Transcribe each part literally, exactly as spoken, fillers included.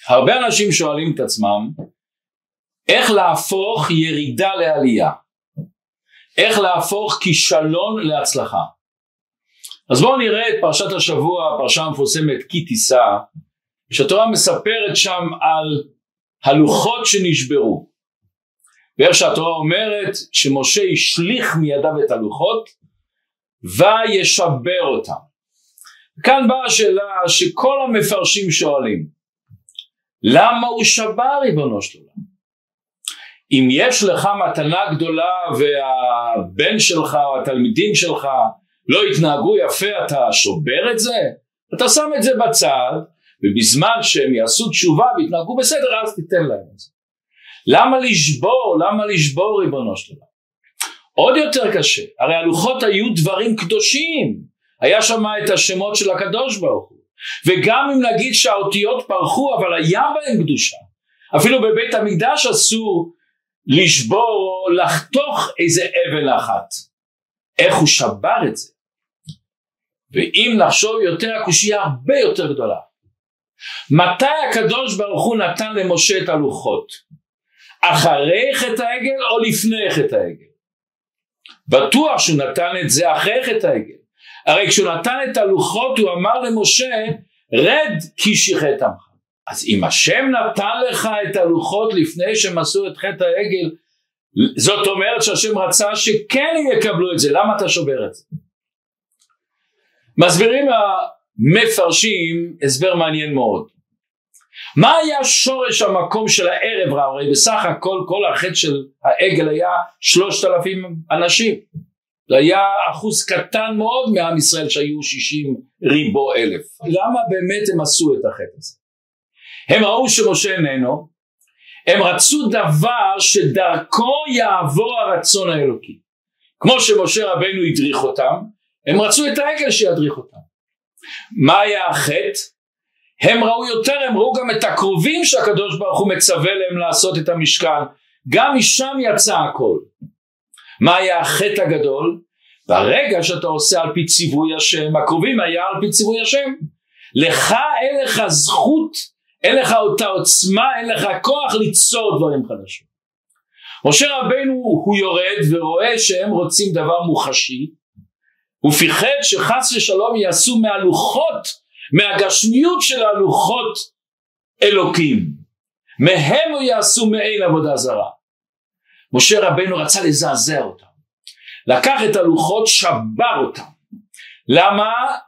הרבה אנשים שואלים את עצמם, איך להפוך ירידה לעלייה? איך להפוך כישלון להצלחה? אז בואו נראה את פרשת השבוע, הפרשה המפורסמת כי תישא, שהתורה מספרת שם על הלוחות שנשברו. ואיך שהתורה אומרת שמשה השליך מידיו את הלוחות וישבר אותם. כאן באה השאלה שכל המפרשים שואלים, למה הוא שבר ריבונו של עולם? אם יש לך מתנה גדולה והבן שלך או התלמידים שלך לא התנהגו יפה, אתה שובר את זה? אתה שם את זה בצד, ובזמן שהם יעשו תשובה והתנהגו בסדר, אז תיתן להם את זה. למה לשבור? למה לשבור ריבונו של עולם? עוד יותר קשה, הרי הלוחות היו דברים קדושים, היה שם את השמות של הקדוש ברוך הוא, וגם אם נגיד שהאותיות פרחו, אבל היה בהם קדושה. אפילו בבית המקדש אסור לשבור או לחתוך איזה אבן אחת. איך הוא שבר את זה? ואם נחשוב יותר, הקושיה הרבה יותר גדולה. מתי הקדוש ברוך הוא נתן למשה את הלוחות? אחרי חטא העגל או לפני חטא העגל? בטוח שהוא נתן את זה אחרי חטא העגל. הרי כשהוא נתן את הלוחות הוא אמר למשה, רד כי שיחת עמך. אז אם השם נתן לך את הלוחות לפני שהם עשו את חטא העגל, זאת אומרת שהשם רצה שכן הם יקבלו את זה. למה אתה שובר את זה? מסבירים המפרשים הסבר מעניין מאוד. מה היה שורש המקום של הערב רע? הרי בסך הכל כל החטא של העגל היה שלושת אלפים אנשים. זה היה אחוז קטן מאוד מעם ישראל שהיו שישים ריבו אלף. למה באמת הם עשו את החטא הזה? הם ראו שמשה איננו, הם רצו דבר שדרכו יעבור הרצון האלוקי. כמו שמשה רבנו הדריך אותם, הם רצו את העגל שידריך אותם. מה היה החטא? הם ראו יותר, הם ראו גם את הקרובים שהקדוש ברוך הוא מצווה להם לעשות את המשכן. גם משם יצא הכל. מה היה החטא הגדול? ברגע שאתה עושה על פי ציווי השם, הקרובים היה על פי ציווי השם. לך אין לך זכות, אין לך אותה עוצמה, אין לך כוח ליצור דברים חדשים. משה רבנו הוא יורד ורואה שהם רוצים דבר מוחשי, הוא פיחד שחס ושלום יעשו מהלוחות, מהגשמיות של הלוחות אלוקים, מהם הוא יעשו מעין עבודה זרה. משה רבנו רצה לזעזע אותם, לקח את הלוחות, שבר אותם. למה?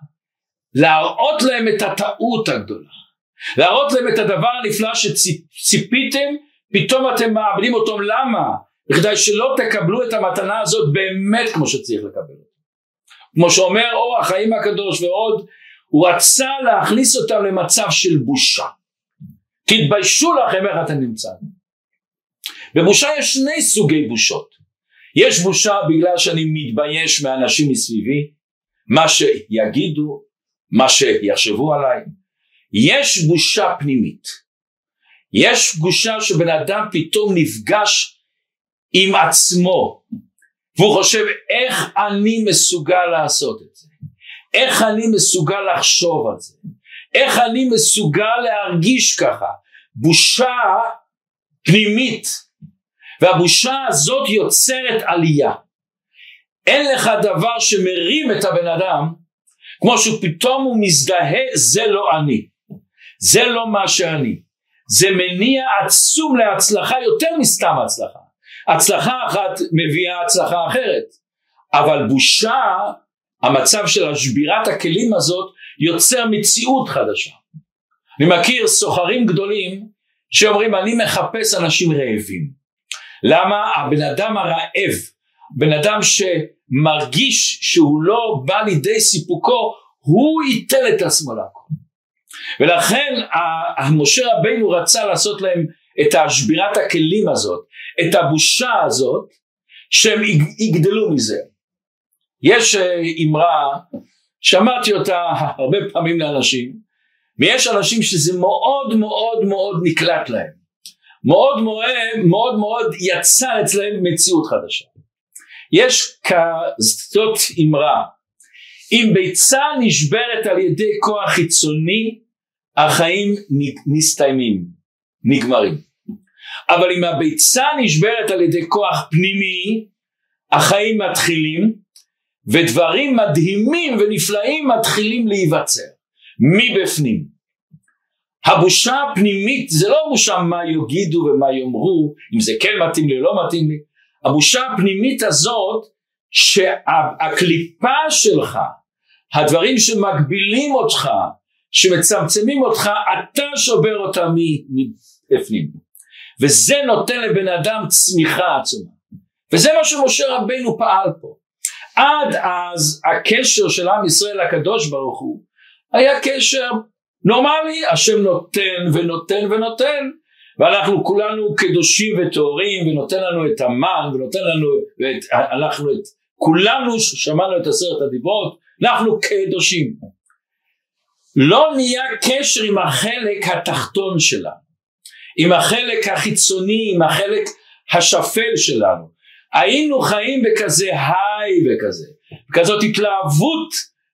להראות להם את הטעות הגדולה, להראות להם את הדבר הנפלא שציפיתם, פתאום אתם מאבדים אותם. למה? בכדי שלא תקבלו את המתנה הזאת באמת כמו שצריך לקבל. כמו שאומר אור החיים הקדוש ועוד, הוא רצה להכניס אותם למצב של בושה. תתביישו לכם איך אתם נמצאים. בבושה יש שני סוגי בושות. יש בושה בגלל שאני מתבייש מאנשים מסביבי, מה שיגידו, מה שיחשבו עליי. יש בושה פנימית. יש בושה שבן אדם פתאום נפגש עם עצמו, והוא חושב איך אני מסוגל לעשות את זה, איך אני מסוגל לחשוב על זה, איך אני מסוגל להרגיש ככה. בושה פנימית, והבושה הזאת יוצרת עלייה. אין לך דבר שמרים את הבן אדם כמו שפתאום הוא מזדהה, זה לא אני, זה לא מה שאני. זה מניע עצום להצלחה, יותר מסתם הצלחה. הצלחה אחת מביאה הצלחה אחרת, אבל בושה, המצב של השבירת הכלים הזאת יוצר מציאות חדשה. אני מכיר סוחרים גדולים שאומרים אני מחפש אנשים רעבים. למה? הבן אדם הרעב, בן אדם שמרגיש שהוא לא בא לידי סיפוקו, הוא ייתן את עצמו להכל. ולכן משה רבינו רצה לעשות להם את השבירת הכלים הזאת, את הבושה הזאת, שהם יגדלו מזה. יש אמרה, שמעתי אותה הרבה פעמים לאנשים, ויש אנשים שזה מאוד מאוד מאוד נקלט להם, מאוד מאוד מאוד מאוד יצא אצלהם מציאות חדשה. יש כזאת אמרה, אם ביצה נשברת על ידי כוח חיצוני, החיים נסתיימים, נגמרים. אבל אם הביצה נשברת על ידי כוח פנימי, החיים מתחילים, ודברים מדהימים ונפלאים מתחילים להיווצר, מבפנים. הבושה הפנימית זה לא בושה מה יגידו ומה יאמרו, אם זה כן מתאים לי או לא מתאים לי, הבושה הפנימית הזאת, שהקליפה שלך, הדברים שמגבילים אותך, שמצמצמים אותך, אתה שובר אותה מבפנים. וזה נותן לבן אדם צמיחה עצומה. וזה מה שמשה רבינו פעל פה. עד אז הקשר של עם ישראל לקדוש ברוך הוא, היה קשר נורמלי, השם נותן ונותן ונותן, ואנחנו כולנו קדושים וטהורים, ונותן לנו את המן, ונותן לנו, ואת, אנחנו את, כולנו שמענו את עשרת הדיברות, אנחנו קדושים. לא נהיה קשר עם החלק התחתון שלנו, עם החלק החיצוני, עם החלק השפל שלנו. היינו חיים בכזה היי וכזה, כזאת התלהבות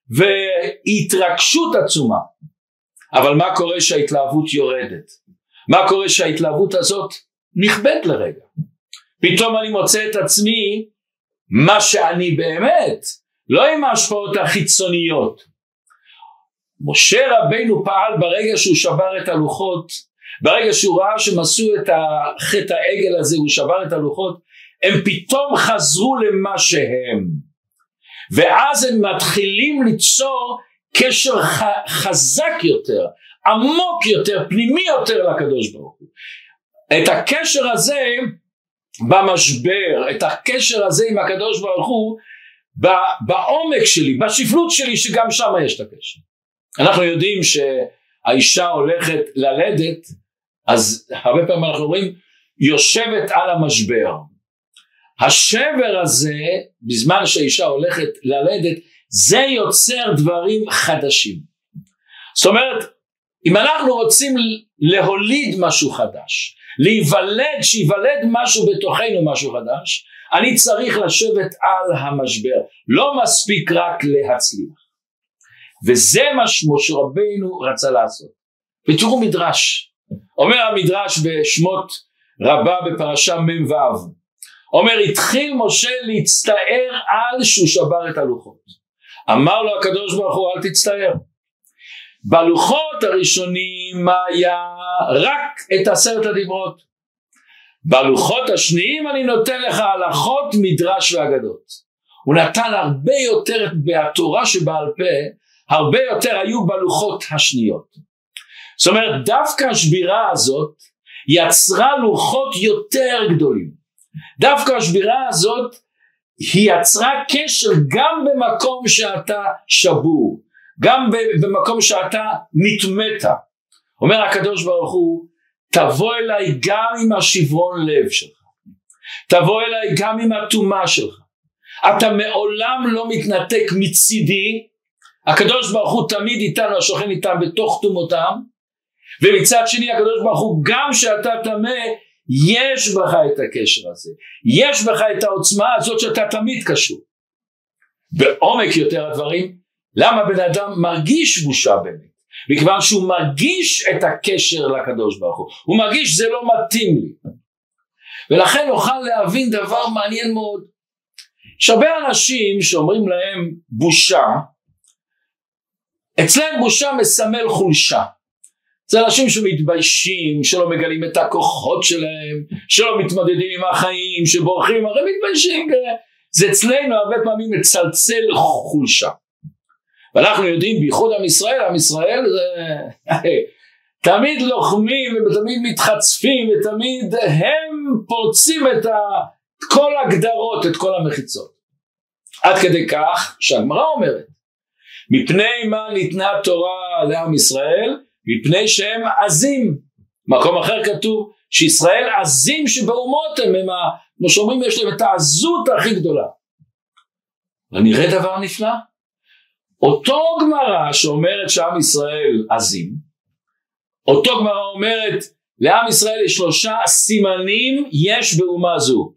והתרגשות עצומה. אבל מה קורה שההתלהבות יורדת? מה קורה שההתלהבות הזאת נכבדת לרגע? פתאום אני מוצא את עצמי מה שאני באמת, לא עם ההשפעות החיצוניות. משה רבינו פעל ברגע שהוא שבר את הלוחות, ברגע שהוא ראה שהם עשו את חטא העגל הזה, הוא שבר את הלוחות, הם פתאום חזרו למה שהם. ואז הם מתחילים ליצור קשר חזק יותר, עמוק יותר, פנימי יותר לקדוש ברוך הוא. את הקשר הזה במשבר, את הקשר הזה עם הקדוש ברוך הוא, בעומק שלי, בשפלות שלי, שגם שם יש את הקשר. אנחנו יודעים שהאישה הולכת ללדת, אז הרבה פעמים אנחנו רואים, יושבת על המשבר. השבר הזה, בזמן שהאישה הולכת ללדת, זה יוצר דברים חדשים. זאת אומרת, אם אנחנו רוצים להוליד משהו חדש, להיוולד, שיוולד משהו בתוכנו משהו חדש, אני צריך לשבת על המשבר. לא מספיק רק להצליח. וזה מה שמשה רבינו רצה לעשות. ותראו מדרש. אומר המדרש בשמות רבה בפרשה מ"ו. אומר, התחיל משה להצטער על שהוא שבר את הלוחות. אמר לו הקדוש ברוך הוא, אל תצטער. בלוחות הראשונים היה רק את עשרת הדיברות. בלוחות השניים אני נותן לך הלכות, מדרש ואגדות. הוא נתן הרבה יותר בתורה שבעל פה, הרבה יותר היו בלוחות השניות. זאת אומרת, דווקא השבירה הזאת יצרה לוחות יותר גדולים. דווקא השבירה הזאת היא יצרה קשר גם במקום שאתה שבור, גם במקום שאתה מתמתה. אומר הקדוש ברוך הוא, תבוא אליי גם עם השברון לב שלך, תבוא אליי גם עם הטומאה שלך. אתה מעולם לא מתנתק מצידי. הקדוש ברוך הוא תמיד איתנו, השוכן איתם בתוך טומאותם, ומצד שני הקדוש ברוך הוא, גם שאתה טמא, יש בך את הקשר הזה, יש בך את העוצמה הזאת שאתה תמיד קשור. בעומק יותר הדברים, למה בן אדם מרגיש בושה באמת? מכיוון שהוא מרגיש את הקשר לקדוש ברוך הוא, הוא מרגיש זה לא מתאים לי. ולכן נוכל להבין דבר מעניין מאוד. יש הרבה אנשים שאומרים להם בושה, אצלם בושה מסמל חולשה. זה אנשים שמתביישים, שלא מגלים את הכוחות שלהם, שלא מתמודדים עם החיים, שבורחים, הרי מתביישים. זה אצלנו הרבה פעמים מצלצל חולשה. ואנחנו יודעים, בייחוד עם ישראל, עם ישראל זה תמיד לוחמים ותמיד מתחצפים, ותמיד הם פורצים את כל הגדרות, את כל המחיצות. עד כדי כך שהגמרא אומרת, מפני מה ניתנה תורה לעם ישראל? מפני שהם עזים. מקום אחר כתוב שישראל עזים שבאומות הם, הם כמו שאומרים, יש להם את העזות הכי גדולה. ונראה דבר נפלא. אותו גמרא שאומרת שעם ישראל עזים, אותו גמרא אומרת לעם ישראל יש שלושה סימנים יש באומה זו: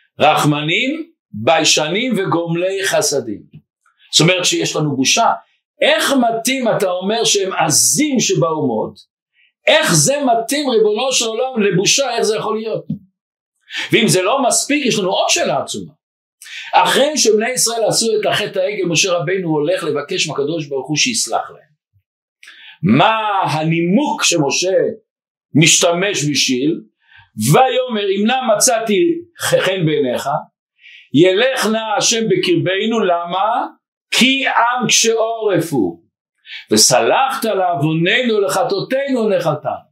רחמנים, ביישנים וגומלי חסדים. זאת אומרת שיש לנו בושה. איך מתאים, אתה אומר שהם עזים שבאומות, איך זה מתאים ריבונו של עולם לבושה, איך זה יכול להיות? ואם זה לא מספיק, יש לנו עוד שאלה עצומה. אחרי שבני ישראל עשו את החטא העגל, משה רבינו הולך לבקש מהקדוש ברוך הוא שיסלח להם. מה הנימוק שמשה משתמש בשביל? ויאמר אם נא מצאתי חן בעיניך, ילך נא השם בקרבנו, למה? כי עם קשה עורף הוא, וסלחת לעווננו לחטאותינו נחלתנו.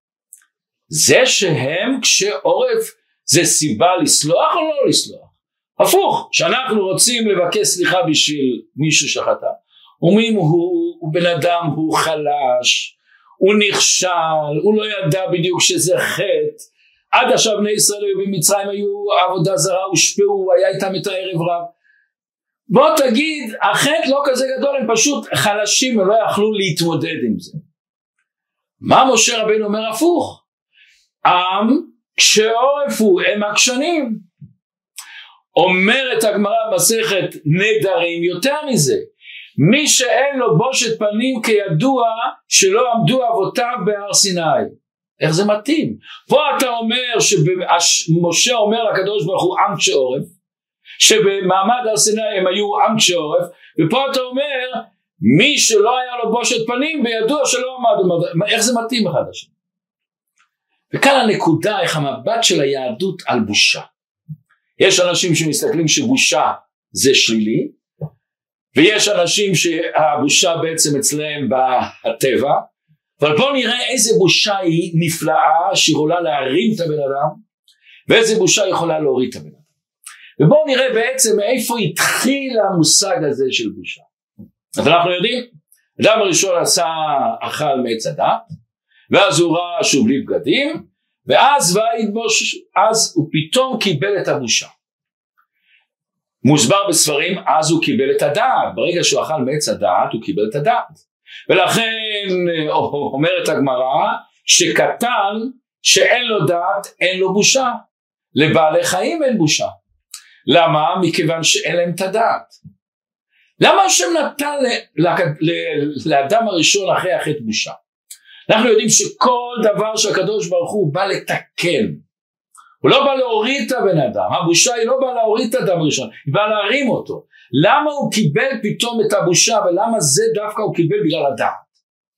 זה שהם קשה עורף זה סיבה לסלוח או לא לסלוח? הפוך, שאנחנו רוצים לבקש סליחה בשביל מישהו שחטא, אומרים הוא, הוא בן אדם, הוא חלש, הוא נכשל, הוא לא ידע בדיוק שזה חטא, עד עכשיו בני ישראל היו במצרים, היו עבודה זרה, הושפעו, היה איתם את הערב רב. בוא תגיד, החטא לא כזה גדול, הם פשוט חלשים, הם לא יכלו להתמודד עם זה. מה משה רבינו אומר? הפוך, עם כשעורף הוא, הם עקשנים. אומרת הגמרא במסכת נדרים יותר מזה, מי שאין לו בושת פנים כידוע שלא עמדו אבותיו בהר סיני. איך זה מתאים? פה אתה אומר שמשה אומר לקדוש ברוך הוא עם קשה עורף, שבמעמד הר סיני הם היו עם קשה עורף, ופה אתה אומר מי שלא היה לו בושת פנים בידוע שלא עמד. איך זה מתאים אחד השני? וכאן הנקודה, איך המבט של היהדות על בושה. יש אנשים שמסתכלים שבושה זה שלילי, ויש אנשים שהבושה בעצם אצלהם בטבע, אבל בואו נראה איזה בושה היא נפלאה שיכולה להרים את הבן אדם, ואיזה בושה יכולה להוריד את הבן אדם. ובואו נראה בעצם מאיפה התחיל המושג הזה של בושה. אז אנחנו יודעים, אדם הראשון עשה אכל מעץ הדעת, ואז הוא ראה שהוא בלי בגדים, ואז וידבוש, אז הוא פתאום קיבל את הבושה. מוסבר בספרים, אז הוא קיבל את הדעת. ברגע שהוא אכל מעץ הדעת, הוא קיבל את הדעת. ולכן אומרת הגמרא, שקטן שאין לו דעת, אין לו בושה. לבעלי חיים אין בושה. למה? מכיוון שאין להם את הדעת. למה השם נתן לאדם הראשון אחרי החטא בושה? אנחנו יודעים שכל דבר שהקדוש ברוך הוא בא לתקן, הוא לא בא להוריד את הבן אדם, הבושה היא לא באה להוריד את האדם הראשון, היא באה להרים אותו. למה הוא קיבל פתאום את הבושה, ולמה זה דווקא הוא קיבל בגלל הדעת?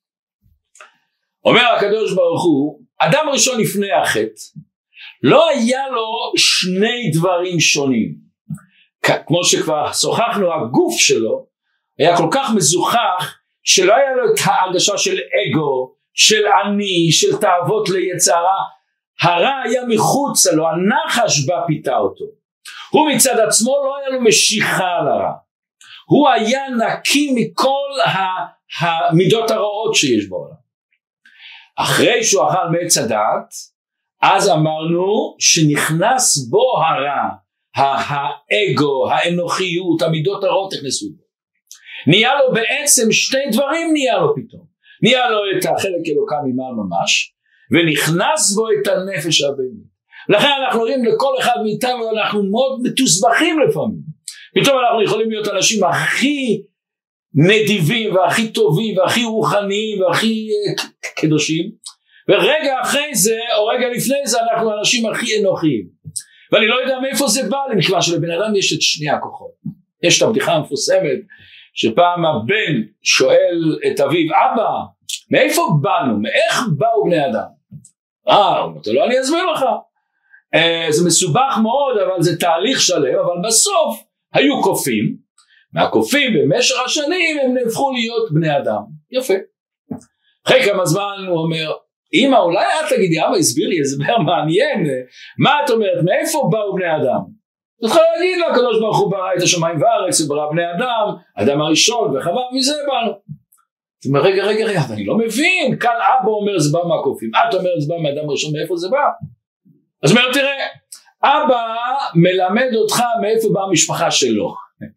אומר הקדוש ברוך הוא, אדם הראשון לפני החטא, לא היה לו שני דברים שונים. כמו שכבר שוחחנו, הגוף שלו היה כל כך מזוכח, שלא היה לו את ההרגשה של אגו, של אני, של תאוות ליצרה. הרע היה מחוץ לו, הנחש בא פיתה אותו. הוא מצד עצמו לא היה לו משיכה על הרע. הוא היה נקי מכל המידות הרעות שיש בעולם. אחרי שהוא אכל מעץ הדעת, אז אמרנו שנכנס בו הרע, האגו, האנוכיות, המידות הרעות נכנסו בו. נהיה לו בעצם שתי דברים נהיה לו פתאום. נהיה לו את החלק אלוקה ממעל ממש, ונכנס בו את הנפש הבהמית. לכן אנחנו רואים לכל אחד מאיתנו, אנחנו מאוד מתוסבכים לפעמים. פתאום אנחנו יכולים להיות אנשים הכי נדיבים, והכי טובים, והכי רוחניים, והכי קדושים, ורגע אחרי זה, או רגע לפני זה, אנחנו האנשים הכי אנוכיים. ואני לא יודע מאיפה זה בא, מכיוון שלבן אדם יש את שני הכוחות. יש את הבדיחה המפורסמת, שפעם הבן שואל את אביו, אבא, מאיפה באנו? מאיך באו בני אדם? אה, אתה לא, אני אסביר לך. אה, זה מסובך מאוד, אבל זה תהליך שלם, אבל בסוף היו קופים, מהקופים במשך השנים הם נהפכו להיות בני אדם. יפה. אחרי כמה זמן הוא אומר, אמא, אולי את תגידי, אבא הסביר לי הסבר מעניין, מה את אומרת, מאיפה באו בני אדם? אתה יכול להגיד לו, הקדוש ברוך הוא ברא את השמיים והארץ, הוא ברא בני אדם, אדם הראשון וחווה, מזה באנו. אתה אומר, רגע, רגע, רגע, אני לא מבין, כאן אבא אומר זה בא מהקופים, את אומרת זה בא מהאדם הראשון, מאיפה זה בא? אז אומר, תראה, אבא מלמד אותך מאיפה באה המשפחה שלו.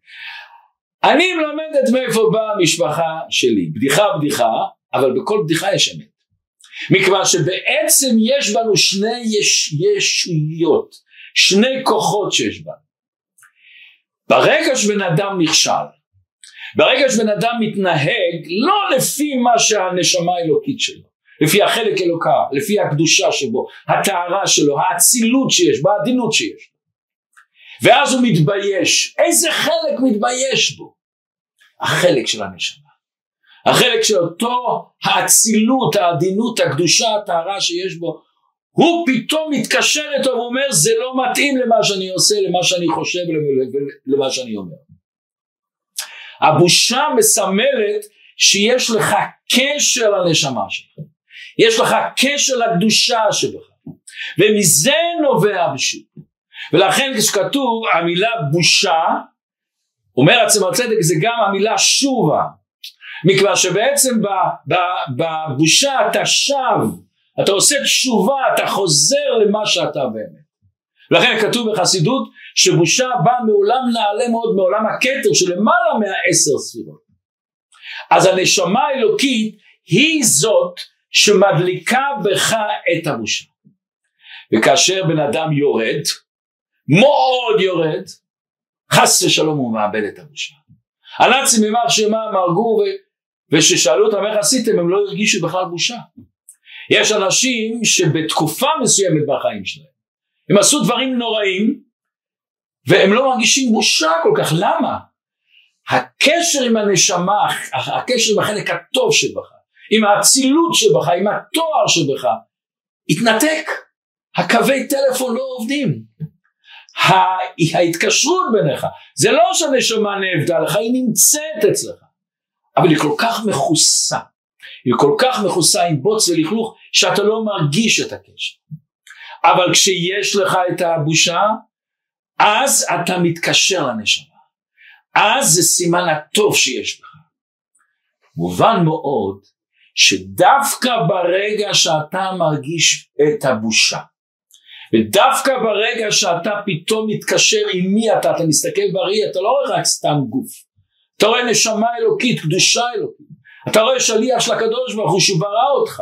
אני מלמדת מאיפה באה המשפחה שלי, בדיחה בדיחה, אבל בכל בדיחה יש אמת. מכיוון שבעצם יש בנו שני יש, ישויות, שני כוחות שיש בנו. ברגע שבן אדם נכשל, ברגע שבן אדם מתנהג לא לפי מה שהנשמה האלוקית שלו, לפי החלק אלוקה, לפי הקדושה שבו, הטהרה שלו, האצילות שיש בו, העדינות שיש בו, ואז הוא מתבייש. איזה חלק מתבייש בו? החלק של הנשמה, החלק של אותו האצילות, העדינות, הקדושה, הטהרה שיש בו, הוא פתאום מתקשר איתו ואומר זה לא מתאים למה שאני עושה, למה שאני חושב ולמה שאני אומר. הבושה מסמלת שיש לך קשר לנשמה שלך, יש לך קשר לקדושה שבך, ומזה נובע הבושה. ולכן כשכתוב המילה בושה, אומר עצמר צדק, זה גם המילה שובה, מכיוון שבעצם בבושה אתה שב, אתה עושה תשובה, אתה חוזר למה שאתה באמת. ולכן כתוב בחסידות שבושה באה מעולם נעלה מאוד, מעולם הכתר של למעלה מהעשר ספירות. אז הנשמה האלוקית היא זאת שמדליקה בך את הבושה. וכאשר בן אדם יורד, מאוד יורד, חס ושלום הוא מאבד את הבושה. הנאצים ממש שמה הם הרגו וששאלו אותם איך עשיתם, הם לא הרגישו בכלל בושה. יש אנשים שבתקופה מסוימת בחיים שלהם הם עשו דברים נוראים והם לא מרגישים בושה כל כך. למה? הקשר עם הנשמה, הקשר עם החלק הטוב שבך, עם האצילות שבך, עם התואר שבך, התנתק. הקווי טלפון לא עובדים, ההתקשרות ביניך, זה לא שהנשמה נאבדה לך, היא נמצאת אצלך, אבל היא כל כך מכוסה, היא כל כך מכוסה עם בוץ ולכלוך שאתה לא מרגיש את הקשר. אבל כשיש לך את הבושה, אז אתה מתקשר לנשמה, אז זה סימן הטוב שיש לך. מובן מאוד שדווקא ברגע שאתה מרגיש את הבושה, ודווקא ברגע שאתה פתאום מתקשר עם מי אתה, אתה מסתכל בראי, אתה לא רואה רק סתם גוף, אתה רואה נשמה אלוקית, קדושה אלוקית, אתה רואה שליח של הקדוש ברוך הוא שברא אותך,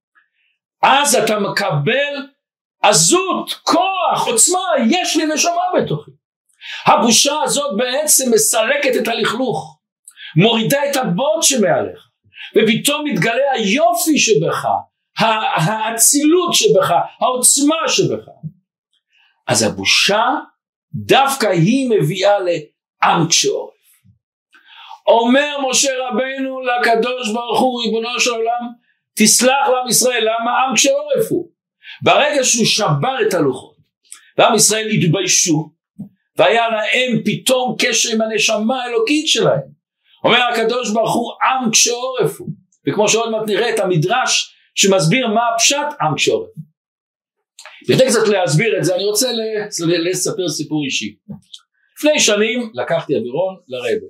אז אתה מקבל עזות, כוח, עוצמה, יש לי נשמה בתוכי. הבושה הזאת בעצם מסלקת את הלכלוך, מורידה את הבוט שמעליך, ופתאום מתגלה היופי שבך, האצילות שבך, העוצמה שבך. אז הבושה דווקא היא מביאה לעם קשה עורף. אומר משה רבנו לקדוש ברוך הוא, ריבונו של עולם, תסלח לעם ישראל. למה? עם קשה עורף הוא. ברגע שהוא שבר את הלוחות ועם ישראל התביישו והיה להם פתאום קשר עם הנשמה האלוקית שלהם, אומר הקדוש ברוך הוא עם קשה עורף הוא. וכמו שעוד מעט נראה את המדרש שמסביר מה הפשט עם קשה עורף. בכדי קצת להסביר את זה אני רוצה לספר סיפור אישי. לפני שנים לקחתי אווירון לרבי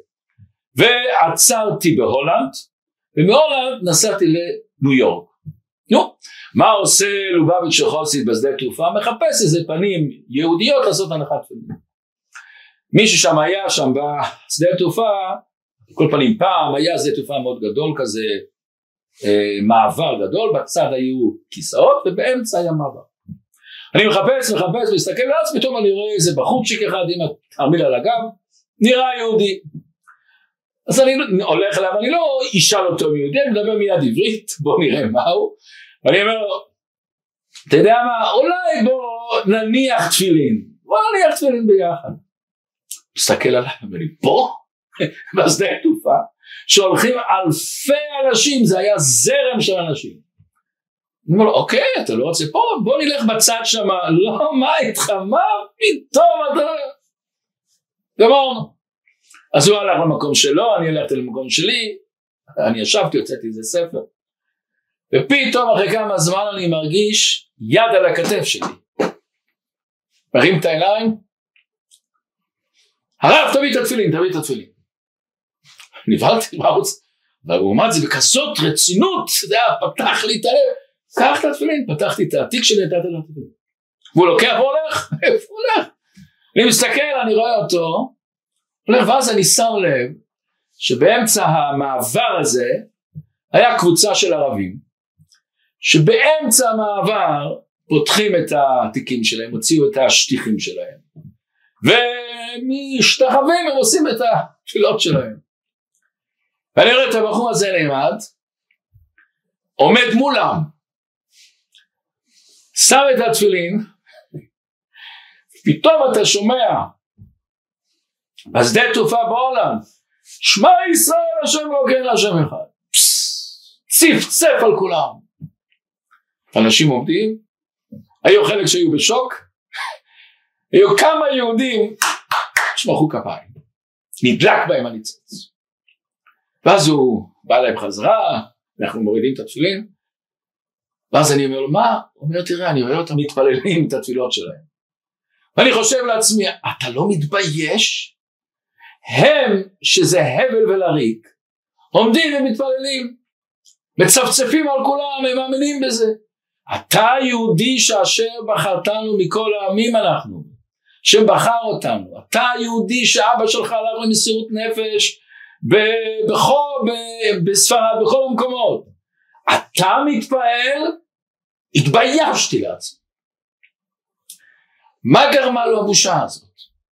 ועצרתי בהולנד, ומהולנד נסעתי לניו יורק. נו, מה עושה לובביץ' חוסית בשדה תעופה? מחפש איזה פנים יהודיות לעשות הנחת תפילין. מישהו שם היה שם בשדה תעופה, כל פנים פעם היה שדה תעופה מאוד גדול כזה, אה, מעבר גדול, בצד היו כיסאות ובאמצע היה מעבר. אני מחפש מחפש ומסתכל לעצמי, פתאום אני רואה איזה בחורצ'יק אחד עם התרמיל על הגב, נראה יהודי. אז אני הולך אליו, אני לא אשאל אותו מי יהודי, אני מדבר מיד עברית, בוא נראה מהו. ואני אומר לו, אתה יודע מה, אולי בוא נניח תפילין, בוא נניח תפילין ביחד. מסתכל עליו, ואני פה, בשדה תעופה, שהולכים אלפי אנשים, זה היה זרם של אנשים. אני אומר לו, אוקיי, אתה לא רוצה פה, בוא נלך בצד שם. לא, מה איתך, מה פתאום אתה... גמרנו. אז הוא הלך למקום שלו, אני הלכתי למקום שלי, אני ישבתי, הוצאתי איזה ספר, ופתאום אחרי כמה זמן אני מרגיש יד על הכתף שלי. מרים את העיניים, הרב תביא את התפילין, תביא את התפילין. נבהלתי בערוץ, והוא זה בכזאת רצינות, זה היה פתח לי את הלב, קח את התפילין, פתחתי את העתיק שלי, נתתי לו התפילין. והוא לוקח והולך, איפה הוא הולך? אני מסתכל, אני רואה אותו, ואז אני שם לב שבאמצע המעבר הזה היה קבוצה של ערבים שבאמצע המעבר פותחים את העתיקים שלהם, הוציאו את השטיחים שלהם ומשתחווים הם עושים את התפילות שלהם. ואני רואה את הבחור הזה נעמד, עומד מולם, שם את התפילין, פתאום אתה שומע, בשדה תעופה בהולנד, שמע ישראל השם אלוקינו השם אחד, צפצף על כולם. אנשים עומדים, היו חלק שהיו בשוק, היו כמה יהודים, שמחו כפיים, נדלק בהם הניצוץ. ואז הוא בא להם חזרה, אנחנו מורידים את התפילין, ואז אני אומר לו, מה? הוא אומר, תראה, אני רואה אותם מתפללים את התפילות שלהם. ואני חושב לעצמי, אתה לא מתבייש? הם, שזה הבל ולריק, עומדים ומתפללים, מצפצפים על כולם, הם מאמינים בזה. אתה יהודי שאשר בחרתנו מכל העמים אנחנו, שבחר אותנו. אתה יהודי שאבא שלך הלך למסירות נפש, בכל, בספרד, בכל המקומות. אתה מתפעל? התביישתי לעצמי. מה גרמה לו הבושה הזאת?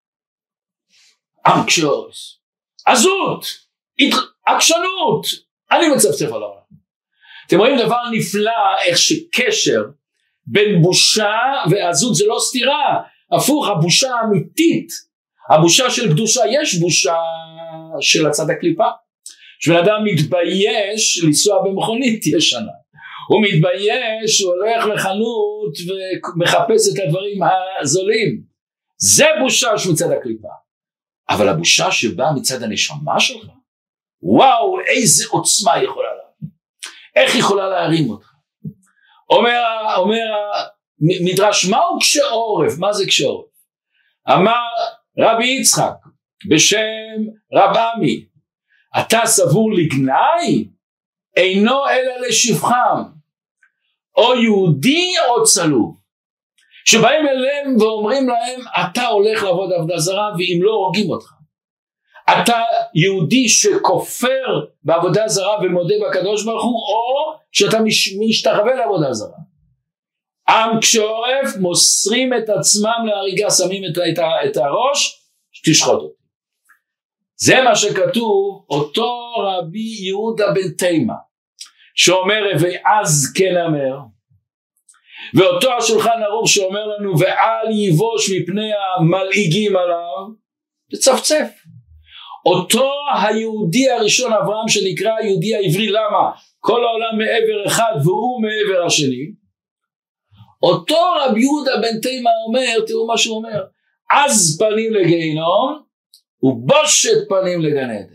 אנקשוס, עזות, עקשנות, אני מצפצף על העולם. אתם רואים דבר נפלא, איך שקשר בין בושה ועזות זה לא סתירה, הפוך, הבושה האמיתית, הבושה של קדושה, יש בושה של הצד הקליפה, שבן אדם מתבייש לנסוע במכונית ישנה, הוא מתבייש, הוא הולך לחנות ומחפש את הדברים הזולים, זה בושה שמצד הקליפה. אבל הבושה שבאה מצד הנשמה שלך, וואו, איזה עוצמה יכולה לה, איך יכולה להרים אותך. אומר, אומר מדרש, מהו קשה עורף? מה זה קשה עורף? אמר רבי יצחק בשם רב עמי, אתה סבור לגנאי? אינו אלא לשבחם, או יהודי או צלוב, שבאים אליהם ואומרים להם, אתה הולך לעבוד עבודה זרה, ואם לא הורגים אותך. אתה יהודי שכופר בעבודה זרה ומודה בקדוש ברוך הוא, או שאתה משתחווה לעבודה זרה. עם כשעורף מוסרים את עצמם להריגה, שמים את, את, את הראש, תשחוט אותי. זה מה שכתוב, אותו רבי יהודה בן תימה, שאומר ואז כן אמר, ואותו השולחן ערוך שאומר לנו ואל יבוש מפני המלעיגים עליו, לצפצף. אותו היהודי הראשון אברהם שנקרא היהודי העברי, למה? כל העולם מעבר אחד והוא מעבר השני. אותו רבי יהודה בן תימה אומר, תראו מה שהוא אומר, אז פנים לגיהינום ובושת פנים לגן עדן.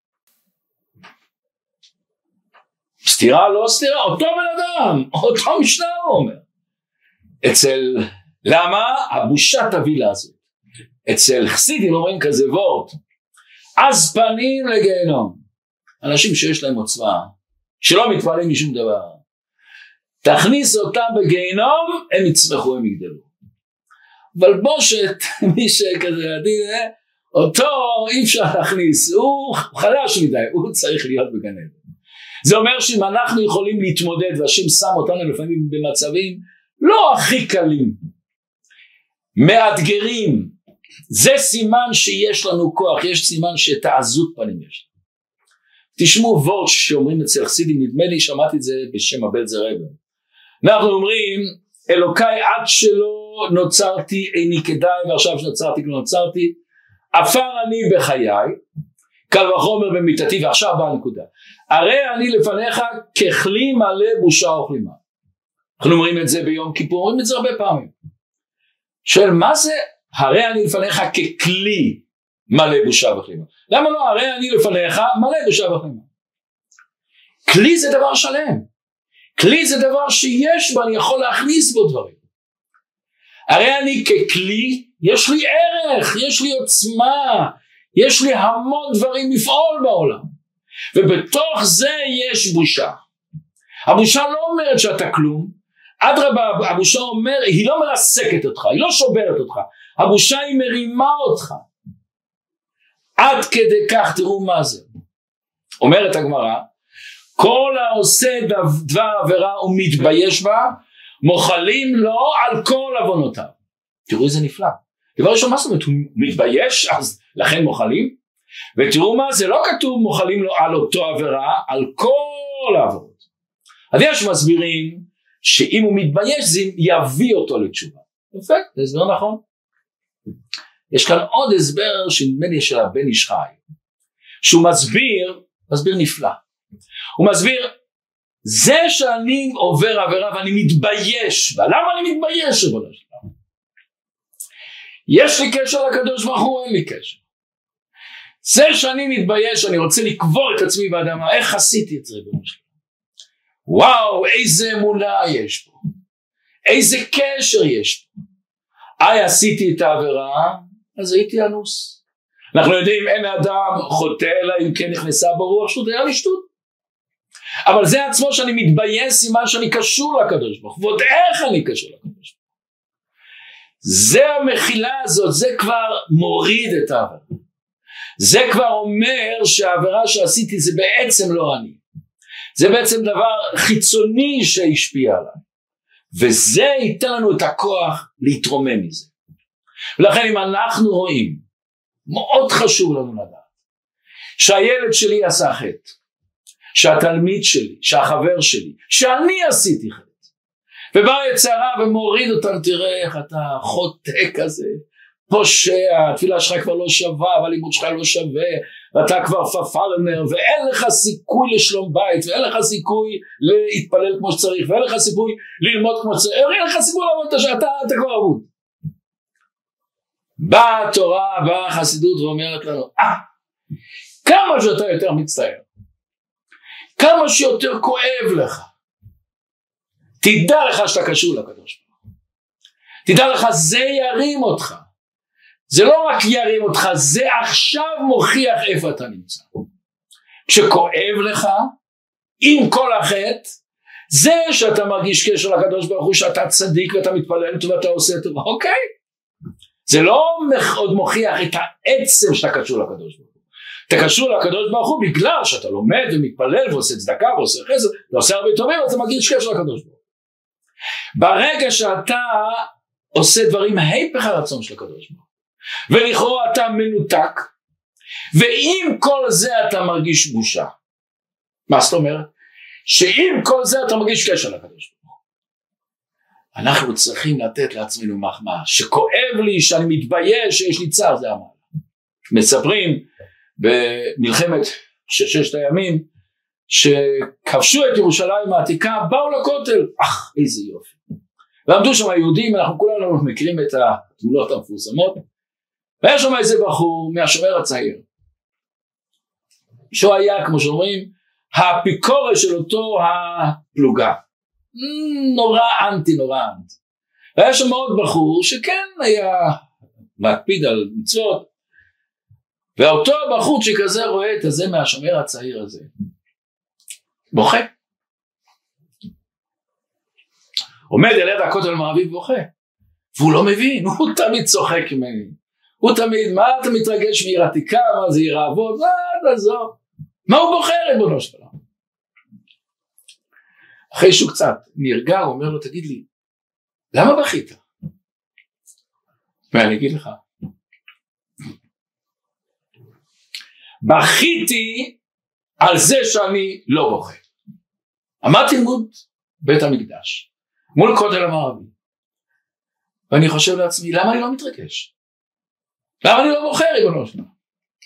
סתירה לא סתירה, אותו בן אדם, אותו משנה הוא אומר. אצל, למה? הבושה תביא לעשות. אצל חסידים אומרים כזה וורט, אז פנים לגיהינום. אנשים שיש להם עוצמה, שלא מתפעלים משום דבר, תכניס אותם בגיהינום, הם יצמחו, הם יגדלו. אבל בושת, מי שכזה עדין, אותו אי אפשר להכניס, הוא חלש מדי, הוא צריך להיות בגן עדן. זה אומר שאם אנחנו יכולים להתמודד, והשם שם אותנו לפעמים במצבים לא הכי קלים, מאתגרים, זה סימן שיש לנו כוח, יש סימן שאת העזות פנים יש. תשמעו וורט שאומרים אצל חסידים, נדמה לי שמעתי את זה בשם הבלזר רבי. אנחנו אומרים, אלוקיי עד שלא נוצרתי איני כדאי, ועכשיו שנוצרתי לא נוצרתי, עפר אני בחיי, קל וחומר במיתתי, ועכשיו באה הנקודה. הרי אני לפניך ככלי מלא בושה וכלימה. אנחנו אומרים את זה ביום כיפור, אומרים את זה הרבה פעמים. שואל, מה זה הרי אני לפניך ככלי מלא בושה וכלימה? למה לא הרי אני לפניך מלא בושה וכלימה? כלי זה דבר שלם. כלי זה דבר שיש בו, אני יכול להכניס בו דברים. הרי אני ככלי, יש לי ערך, יש לי עוצמה, יש לי המון דברים לפעול בעולם. ובתוך זה יש בושה. הבושה לא אומרת שאתה כלום, אדרבה, הבושה אומר, היא לא מרסקת אותך, היא לא שוברת אותך, הבושה היא מרימה אותך. עד כדי כך, תראו מה זה. אומרת הגמרא, כל העושה דבר עבירה ומתבייש בה, מוחלים לו על כל עוונותיו. תראו איזה נפלא. דבר ראשון, מה זאת אומרת, הוא מתבייש, אז לכן מוחלים? ותראו מה זה, לא כתוב מוחלים לו על אותו עבירה, על כל העבירות. אז יש מסבירים שאם הוא מתבייש זה יביא אותו לתשובה. יפה, זה הסבר נכון. יש כאן עוד הסבר שנדמה לי של הבן איש חי, שהוא מסביר, מסביר נפלא. הוא מסביר, זה שאני עובר עבירה ואני מתבייש, ולמה אני מתבייש? יש לי קשר לקדוש ברוך הוא, אין לי קשר. זה שאני מתבייש, אני רוצה לקבור את עצמי באדמה, איך עשיתי את זה? וואו, איזה אמונה יש פה, איזה קשר יש פה. איי, עשיתי את העבירה, אז הייתי אנוס. אנחנו יודעים, אין אדם חוטא אלא אם כן נכנסה ברוח שטות, היה לי שטות. אבל זה עצמו שאני מתבייש, סימן שאני קשור לקדוש ברוך הוא, ועוד איך אני קשור לקדוש ברוך הוא. זה המחילה הזאת, זה כבר מוריד את העבירה. זה כבר אומר שהעבירה שעשיתי זה בעצם לא אני. זה בעצם דבר חיצוני שהשפיע עליי. וזה ייתן לנו את הכוח להתרומם מזה. ולכן אם אנחנו רואים, מאוד חשוב לנו לדעת, שהילד שלי עשה חטא, שהתלמיד שלי, שהחבר שלי, שאני עשיתי חטא, ובא יצרה ומוריד אותם, תראה איך אתה חוטא כזה, פושע, התפילה שלך כבר לא שווה, והלימוד שלך לא שווה, ואתה כבר פפלנר, ואין לך סיכוי לשלום בית, ואין לך סיכוי להתפלל כמו שצריך, ואין לך סיכוי ללמוד כמו שצריך, אין לך סיכוי לעבוד את השעה, אתה, אתה כבר עבוד. באה התורה, באה החסידות ואומרת לנו, אה, כמה שאתה יותר מצטער, כמה שיותר כואב לך, תדע לך שאתה קשור לקדוש ברוך הוא. תדע לך, זה ירים אותך. זה לא רק ירים אותך, זה עכשיו מוכיח איפה אתה נמצא. כשכואב לך, עם כל החטא, זה שאתה מרגיש קשר לקדוש ברוך הוא, שאתה צדיק ואתה מתפלל ואתה עושה טוב, אוקיי? זה לא עוד מוכיח את העצם שאתה קשור לקדוש ברוך הוא. אתה קשור לקדוש ברוך הוא בגלל שאתה לומד ומתפלל ועושה צדקה ועושה חסד ועושה הרבה טובים, ואתה מרגיש קשר לקדוש ברוך הוא. ברגע שאתה עושה דברים היפך הרצון של הקדוש ברוך הוא, ולכאורה אתה מנותק, ועם כל זה אתה מרגיש בושה. מה זאת אומרת? שעם כל זה אתה מרגיש קשר לקדוש ברוך הוא. אנחנו צריכים לתת לעצמנו מחמאה, שכואב לי, שאני מתבייש, שיש לי צער, זה המעלה. מספרים במלחמת ששת הימים, שכבשו את ירושלים העתיקה, באו לכותל, אך איזה יופי. ועמדו שם היהודים, אנחנו כולנו מכירים את התמונות המפורסמות, והיה שם איזה בחור מהשומר הצעיר, שהוא היה, כמו שאומרים, האפיקורס של אותו הפלוגה, נורא אנטי, נורא אנטי. והיה שם עוד בחור שכן היה מקפיד על מצוות, ואותו הבחור שכזה רואה את הזה מהשומר הצעיר הזה, בוכה. עומד על יד הכותל המערבי ובוכה, והוא לא מבין, הוא תמיד צוחק ממני, הוא תמיד, מה אתה מתרגש מעיר עתיקה, מה זה עיר האבות, מה תעזור, מה הוא בוכה ריבונו של עולם? אחרי שהוא קצת נרגע, הוא אומר לו, תגיד לי, למה בכית? ואני אגיד לך, בכיתי על זה שאני לא בוכה. עמדתי מול בית המקדש, מול כותל המערבי, ואני חושב לעצמי, למה אני לא מתרגש? למה אני לא בוכה ריבונו של עולם?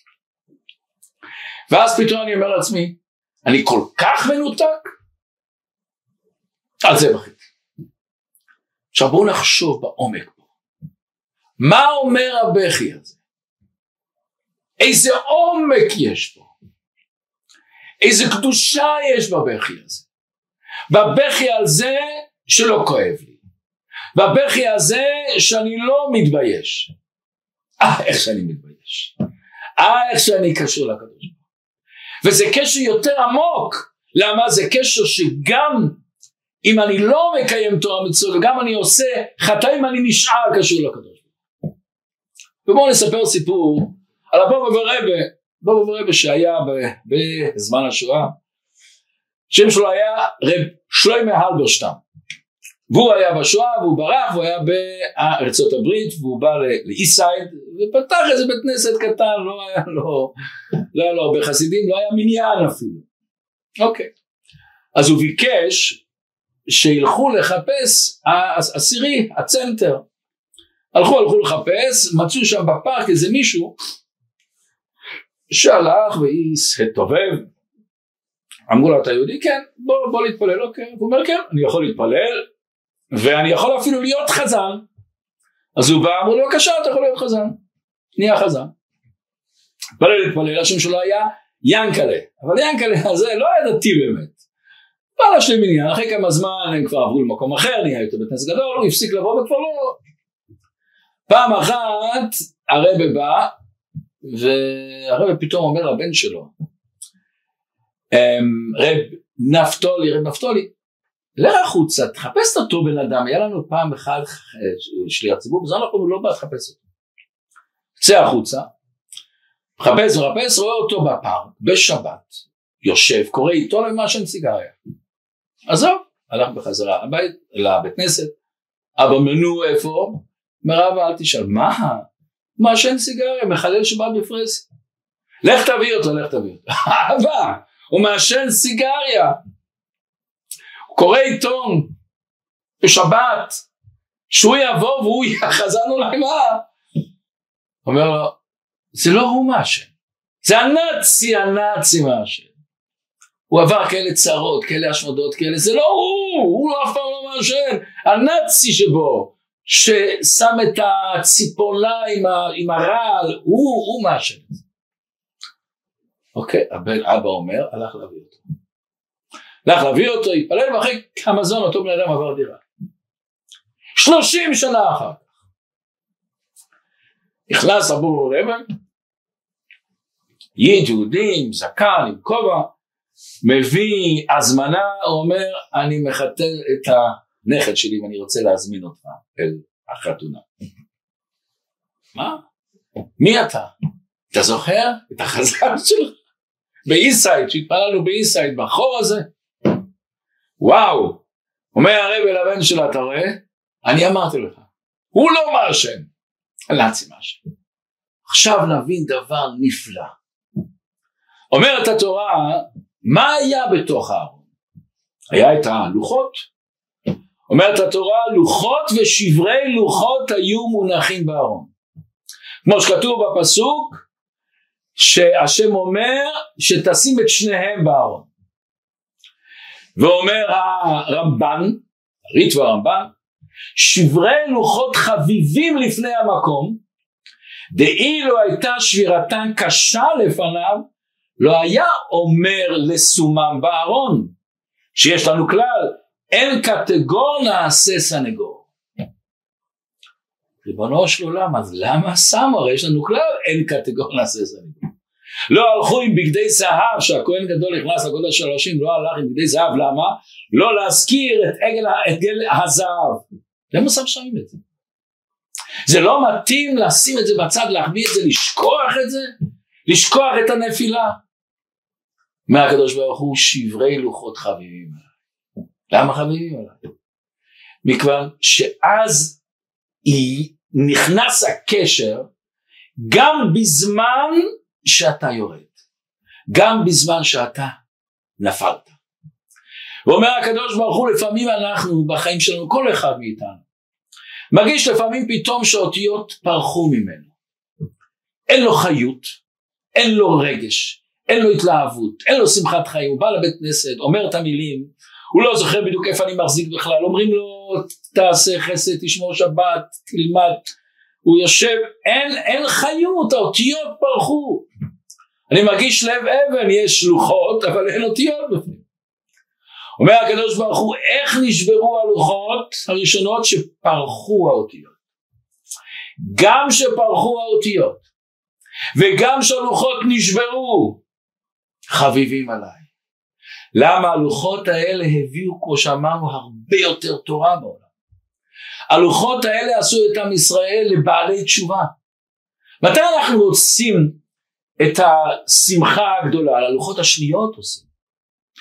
ואז פתאום אני אומר לעצמי, אני כל כך מנותק, על זה בכיתי. עכשיו בואו נחשוב בעומק פה, מה אומר הבכי הזה? איזה עומק יש פה? איזה קדושה יש בבכי הזה? בבכי על זה שלא כואב לי, בבכי הזה שאני לא מתבייש. אה, איך שאני מתבייש, אה, איך שאני קשור לקדוש ברוך הוא. וזה קשר יותר עמוק. למה? זה קשר שגם אם אני לא מקיים תורה מצוות, וגם אני עושה חטאים, אני נשאר קשור לקדוש ברוך הוא. ובואו נספר סיפור על הבבא ורבא, בבא ורבא שהיה בזמן השואה, שם שלו היה רב שלמה הלברשטם. והוא היה בשואה והוא ברח, והוא היה בארצות הברית והוא בא לאיסייד ופתח איזה בית כנסת קטן, לא היה לו, לא היה לו הרבה חסידים, לא היה מניין אפילו. אוקיי, אז הוא ביקש שילכו לחפש העשירי, הצנטר. הלכו, הלכו לחפש, מצאו שם בפארק איזה מישהו שהלך ואיס התובב. אמרו לו, אתה יהודי? כן, בוא, בוא להתפלל. אוקיי, הוא אומר, כן, אני יכול להתפלל ואני יכול אפילו להיות חזן. אז הוא בא, אמרו לו, בבקשה, אתה יכול להיות חזן. נהיה חזן. התפלל להתפלל, השם שלו היה ינקלה, אבל ינקלה הזה לא היה דתי באמת. בעל השם עניין, אחרי כמה זמן הם כבר עברו למקום אחר, נהיה יותר בית כנסת גדול, הוא הפסיק לבוא וכבר לא. פעם אחת הרב בא, והרב פתאום אומר לבן שלו, רב נפתולי, רב נפתולי, לך החוצה, תחפש את אותו בן אדם, היה לנו פעם אחד שליח ציבור, בזמן אנחנו לא בא לחפש אותו. צא החוצה, מחפש ורפש, רואה אותו בפארק, בשבת, יושב, קורא עיתון ומעשן סיגריה. עזוב, הלך בחזרה הבית, לבית כנסת, אבא מנו איפה? מרב, אל תשאל, מה? מעשן סיגריה, מחלל שבת בפרס. לך תביא אותו, לך תביא אותו. אבא, הוא מעשן סיגריה. הוא קורא עיתון בשבת, שהוא יבוא והוא יחזן אולי מה? אומר לו, זה לא הוא מעשן, זה הנאצי, הנאצי מעשן. הוא עבר כאלה צרות, כאלה השמדות, כאלה, זה לא הוא, הוא לא אף פעם לא מעשן, הנאצי שבו, ששם את הציפורלה עם, ה, עם הרעל, הוא, הוא מעשן. אוקיי, הבן אבא אומר, הלך להביא אותו. הלך להביא אותו, התפלל, ואחרי כמה זמן אותו בן אדם עבר דירה. שלושים שנה אחר כך. נכנס אבו רבן, יהיד יהודים, זקן, עם כובע, מביא הזמנה, הוא אומר, אני מחתן את הנכד שלי ואני רוצה להזמין אותך אל החתונה. מה? מי אתה? אתה זוכר את החזן שלך? באיסייד, שהתפללנו באיסייד, בחור הזה? וואו, אומר הרב אל הבן שלה, אתה רואה? אני אמרתי לך, הוא לא מעשן, הנאצי מעשן. עכשיו נבין דבר נפלא. אומרת התורה, מה היה בתוך הארון? היה את הלוחות. אומרת התורה, לוחות ושברי לוחות היו מונחים בארון. כמו שכתוב בפסוק, שהשם אומר שתשים את שניהם בארון. ואומר הרמב"ן, הרי"ט והרמב"ן, שברי לוחות חביבים לפני המקום, דאילו הייתה שבירתן קשה לפניו, לא היה אומר לסומם בארון, שיש לנו כלל, אין קטגור נעשה סנגור. ריבונו של עולם, אז למה שמו? הרי יש לנו כלל, אין קטגור נעשה סנגור. לא הלכו עם בגדי זהב, שהכהן גדול נכנס לקודש שלושים, לא הלך עם בגדי זהב, למה? לא להזכיר את עגל, את עגל הזהב. למה שם שמים את זה? זה לא מתאים לשים את זה בצד, להחביא את זה, לשכוח את זה, לשכוח את הנפילה. מהקדוש ברוך הוא שברי לוחות חביבים עליי. למה חביבים עליי? מכיוון שאז נכנס הקשר גם בזמן שאתה יורד, גם בזמן שאתה נפלת. ואומר הקדוש ברוך הוא, לפעמים אנחנו בחיים שלנו, כל אחד מאיתנו, מרגיש לפעמים פתאום שאותיות פרחו ממנו. אין לו חיות, אין לו רגש, אין לו התלהבות, אין לו שמחת חיים, הוא בא לבית כנסת, אומר את המילים, הוא לא זוכר בדיוק איפה אני מחזיק בכלל, אומרים לו תעשה חסד, תשמור שבת, תלמד, הוא יושב, אין, אין חיות, האותיות פרחו. אני מרגיש לב אבן, יש לוחות, אבל אין אותיות בפנים. אומר הקדוש ברוך הוא, איך נשברו הלוחות הראשונות? שפרחו האותיות. גם שפרחו האותיות, וגם שהלוחות נשברו, חביבים עליי. למה? הלוחות האלה הביאו, כמו שאמרנו, הרבה יותר תורה בעולם. הלוחות האלה עשו את עם ישראל לבעלי תשובה. מתי אנחנו עושים את השמחה הגדולה? על הלוחות השניות עושים.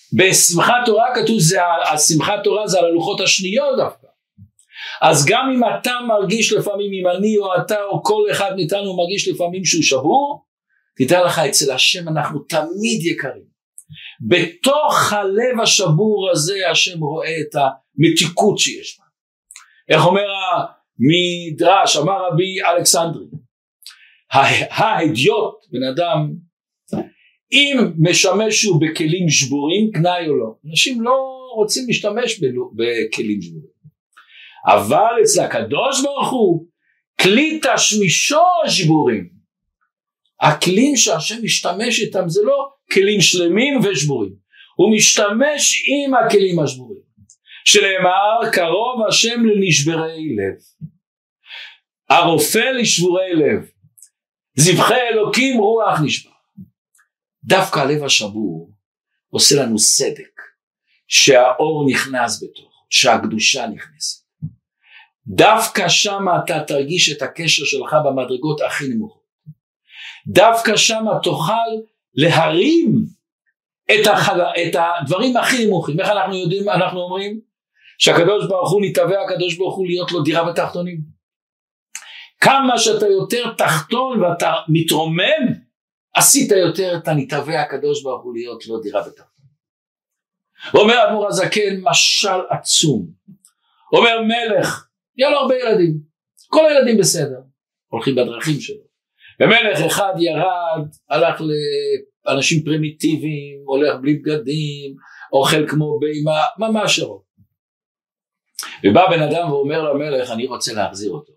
בשמחת תורה כתוב, זה, השמחת תורה זה על הלוחות השניות דווקא. אז גם אם אתה מרגיש לפעמים, אם אני או אתה או כל אחד מאיתנו מרגיש לפעמים שהוא שבור, תדע לך, אצל השם אנחנו תמיד יקרים. בתוך הלב השבור הזה השם רואה את המתיקות שיש בה. איך אומר המדרש, אמר רבי אלכסנדרי, ההדיוט, בן אדם, אם משמש הוא בכלים שבורים, קנאי או לא. אנשים לא רוצים להשתמש בכלים שבורים. אבל אצל הקדוש ברוך הוא, כלי תשמישו שבורים. הכלים שהשם משתמש איתם זה לא כלים שלמים ושבורים. הוא משתמש עם הכלים השבורים. שלאמר, קרוב השם לנשברי לב. הרופא לשבורי לב. זבחי אלוקים רוח נשבר. דווקא הלב השבור עושה לנו סדק. שהאור נכנס בתוך. שהקדושה נכנסת. דווקא שם אתה תרגיש את הקשר שלך במדרגות הכי נמוכות. דווקא שם תוכל להרים את, החל... את הדברים הכי נמוכים. איך אנחנו יודעים, אנחנו אומרים שהקדוש ברוך הוא נתהווה הקדוש ברוך הוא להיות לו דירה בתחתונים. כמה שאתה יותר תחתון ואתה מתרומם, עשית יותר את הנתהווה הקדוש ברוך הוא להיות לו דירה בתחתונים. אומר אדמו"ר הזקן משל עצום. אומר מלך, יהיה לו הרבה ילדים, כל הילדים בסדר, הולכים בדרכים שלו. ומלך אחד ירד, הלך לאנשים פרימיטיביים, הולך בלי בגדים, אוכל כמו בימה, ממש רוב. ובא בן אדם ואומר למלך, אני רוצה להחזיר אותו.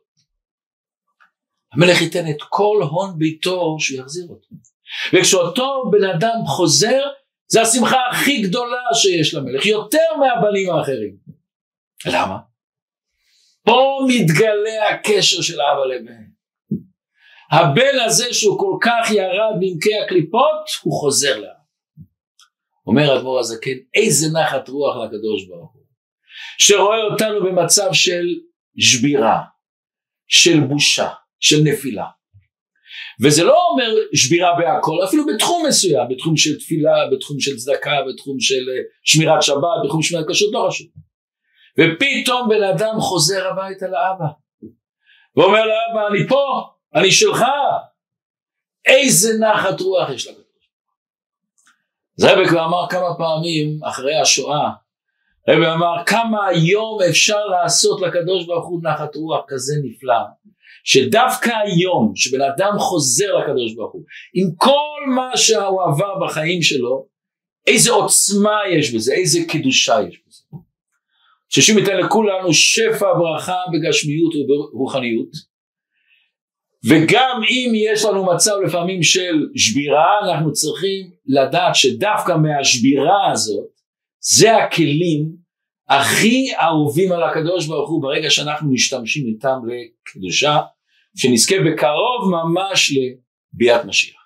המלך ייתן את כל הון ביתו שהוא יחזיר אותו. וכשאותו בן אדם חוזר, זה השמחה הכי גדולה שיש למלך, יותר מהבנים האחרים. למה? פה מתגלה הקשר של אבא לבן. הבן הזה שהוא כל כך ירד במקי הקליפות, הוא חוזר לה. אומר אדמו"ר הזקן, איזה נחת רוח לקדוש ברוך הוא, שרואה אותנו במצב של שבירה, של בושה, של נפילה. וזה לא אומר שבירה בהכל, אפילו בתחום מסוים, בתחום של תפילה, בתחום של צדקה, בתחום של שמירת שבת, בתחום שמירת כשרות, לא חשוב. ופתאום בן אדם חוזר הביתה לאבא, ואומר לאבא, אני פה, אני שלך. איזה נחת רוח יש לקדוש. זה רבי כבר אמר כמה פעמים אחרי השואה, רבי אמר כמה היום אפשר לעשות לקדוש ברוך הוא נחת רוח כזה נפלא, שדווקא היום שבן אדם חוזר לקדוש ברוך הוא עם כל מה שהוא עבר בחיים שלו, איזה עוצמה יש בזה, איזה קדושה יש בזה. ששם ייתן לכולנו שפע ברכה בגשמיות וברוחניות. וגם אם יש לנו מצב לפעמים של שבירה, אנחנו צריכים לדעת שדווקא מהשבירה הזאת, זה הכלים הכי אהובים על הקדוש ברוך הוא, ברגע שאנחנו משתמשים איתם לקדושה, שנזכה בקרוב ממש לביאת משיח.